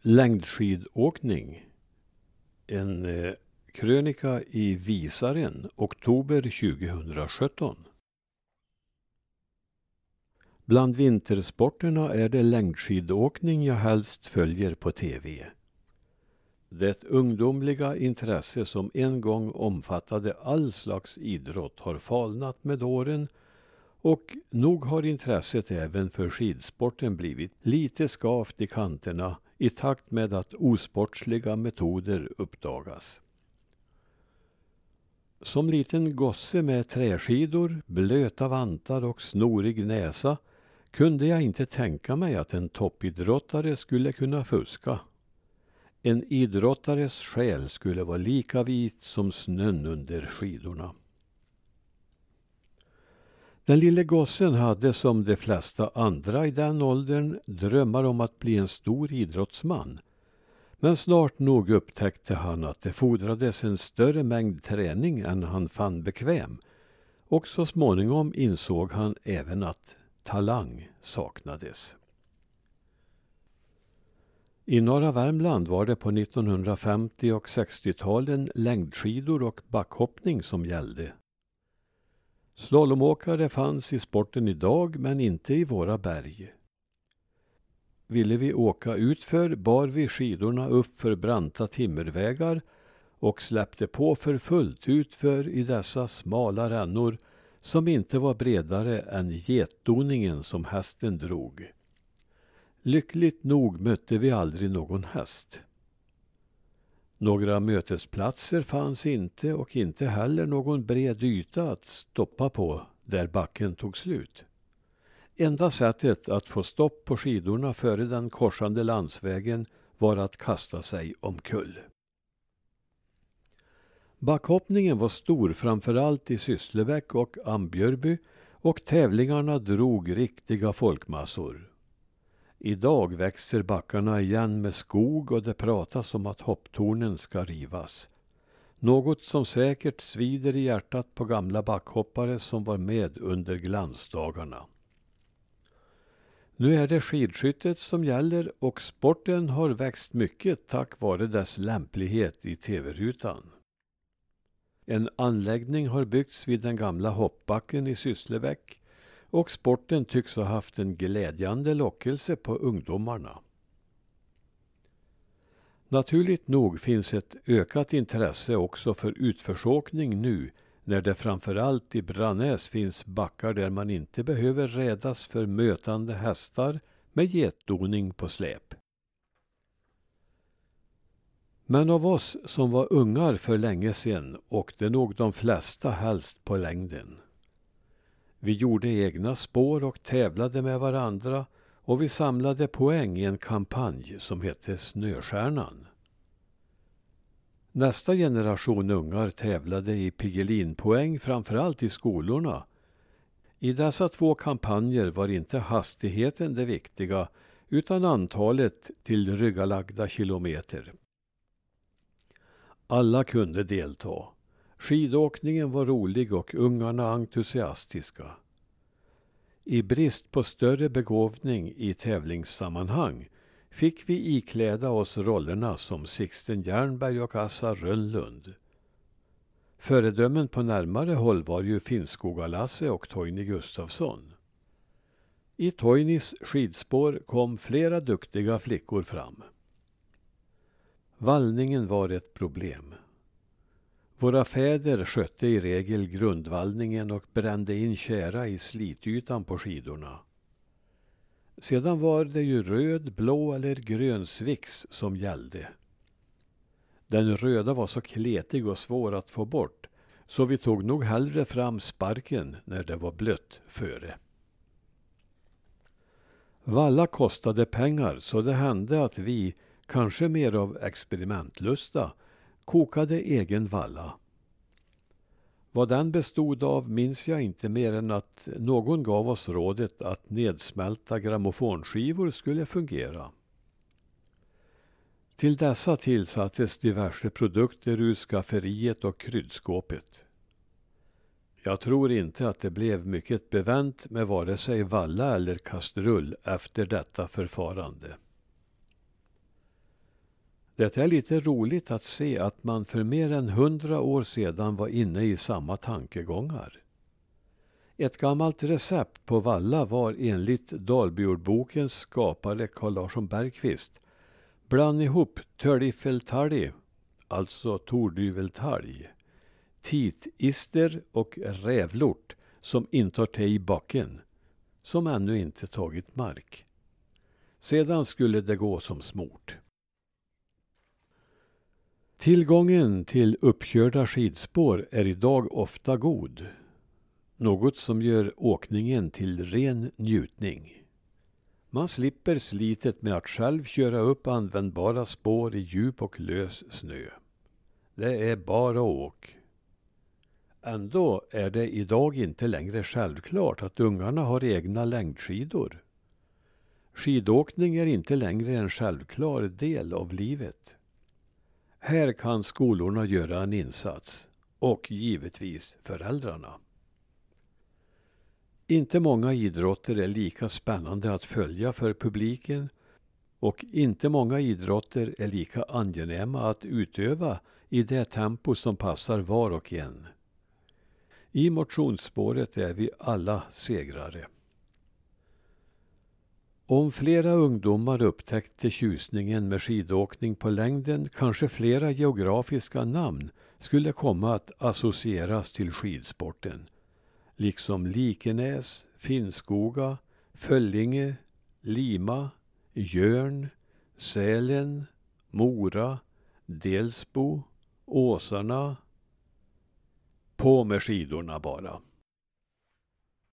Längdskidåkning. En krönika i Visaren, oktober 2017. Bland vintersporterna är det längdskidåkning jag helst följer på tv. Det ungdomliga intresse som en gång omfattade all slags idrott har falnat med åren, och nog har intresset även för skidsporten blivit lite skavt i kanterna i takt med att osportsliga metoder uppdagas. Som liten gosse med träskidor, blöta vantar och snorig näsa kunde jag inte tänka mig att en toppidrottare skulle kunna fuska. En idrottares själ skulle vara lika vit som snön under skidorna. Den lille gossen hade som de flesta andra i den åldern drömmar om att bli en stor idrottsman. Men snart nog upptäckte han att det fordrades en större mängd träning än han fann bekväm. Och så småningom insåg han även att talang saknades. I norra Värmland var det på 1950- och 60-talen längdskidor och backhoppning som gällde. Slalomåkare fanns i sporten idag, men inte i våra berg. Ville vi åka utför bar vi skidorna upp för branta timmervägar och släppte på för fullt utför i dessa smala rännor som inte var bredare än getdoningen som hästen drog. Lyckligt nog mötte vi aldrig någon häst. Några mötesplatser fanns inte och inte heller någon bred yta att stoppa på där backen tog slut. Enda sättet att få stopp på skidorna före den korsande landsvägen var att kasta sig omkull. Backhoppningen var stor framförallt i Sysslebäck och Ambjörby, och tävlingarna drog riktiga folkmassor. Idag växer backarna igen med skog och det pratas om att hopptornen ska rivas. Något som säkert svider i hjärtat på gamla backhoppare som var med under glansdagarna. Nu är det skidskyttet som gäller, och sporten har växt mycket tack vare dess lämplighet i tv-rutan. En anläggning har byggts vid den gamla hoppbacken i Sysslebäck, och sporten tycks ha haft en glädjande lockelse på ungdomarna. Naturligt nog finns ett ökat intresse också för utförsåkning nu, när det framförallt i Brannäs finns backar där man inte behöver rädas för mötande hästar med getdoning på släp. Men av oss som var ungar för länge sedan åkte nog de flesta helst på längden. Vi gjorde egna spår och tävlade med varandra, och vi samlade poäng i en kampanj som hette Snöstjärnan. Nästa generation ungar tävlade i Piggelinpoäng framförallt i skolorna. I dessa två kampanjer var inte hastigheten det viktiga, utan antalet till ryggalagda kilometer. Alla kunde delta. Skidåkningen var rolig och ungarna entusiastiska. I brist på större begåvning i tävlingssammanhang fick vi ikläda oss rollerna som Sixten Jernberg och Assa Rönnlund. Föredömen på närmare håll var ju Finnskoga-Lasse och Toini Gustafsson. I Toinis skidspår kom flera duktiga flickor fram. Vallningen var ett problem. Våra fäder skötte i regel grundvallningen och brände in kära i slitytan på skidorna. Sedan var det ju röd, blå eller grön svix som gällde. Den röda var så kletig och svår att få bort, så vi tog nog hellre fram sparken när det var blött före. Valla kostade pengar, så det hände att vi, kanske mer av experimentlusta, kokade egen valla. Vad den bestod av minns jag inte mer än att någon gav oss rådet att nedsmälta grammofonskivor skulle fungera. Till dessa tillsattes diverse produkter ur skafferiet och kryddskåpet. Jag tror inte att det blev mycket bevänt med vare sig valla eller kastrull efter detta förfarande. Det är lite roligt att se att man för mer än 100 år sedan var inne i samma tankegångar. Ett gammalt recept på valla var enligt Dalbyordbokens skapare Carl Larsson Bergqvist: bland ihop törlifeltalg, alltså tordyveltalg, titister och rävlort som inte har i backen, som ännu inte tagit mark. Sedan skulle det gå som smort. Tillgången till uppkörda skidspår är idag ofta god. Något som gör åkningen till ren njutning. Man slipper slitet med att själv köra upp användbara spår i djup och lös snö. Det är bara åk. Ändå är det idag inte längre självklart att ungarna har egna längdskidor. Skidåkning är inte längre en självklar del av livet. Här kan skolorna göra en insats, och givetvis föräldrarna. Inte många idrotter är lika spännande att följa för publiken, och inte många idrotter är lika angenäma att utöva i det tempo som passar var och en. I motionsspåret är vi alla segrare. Om flera ungdomar upptäckte tjusningen med skidåkning på längden, kanske flera geografiska namn skulle komma att associeras till skidsporten. Liksom Likenäs, Finnskoga, Föllinge, Lima, Jörn, Sälen, Mora, Delsbo, Åsarna. På med skidorna bara.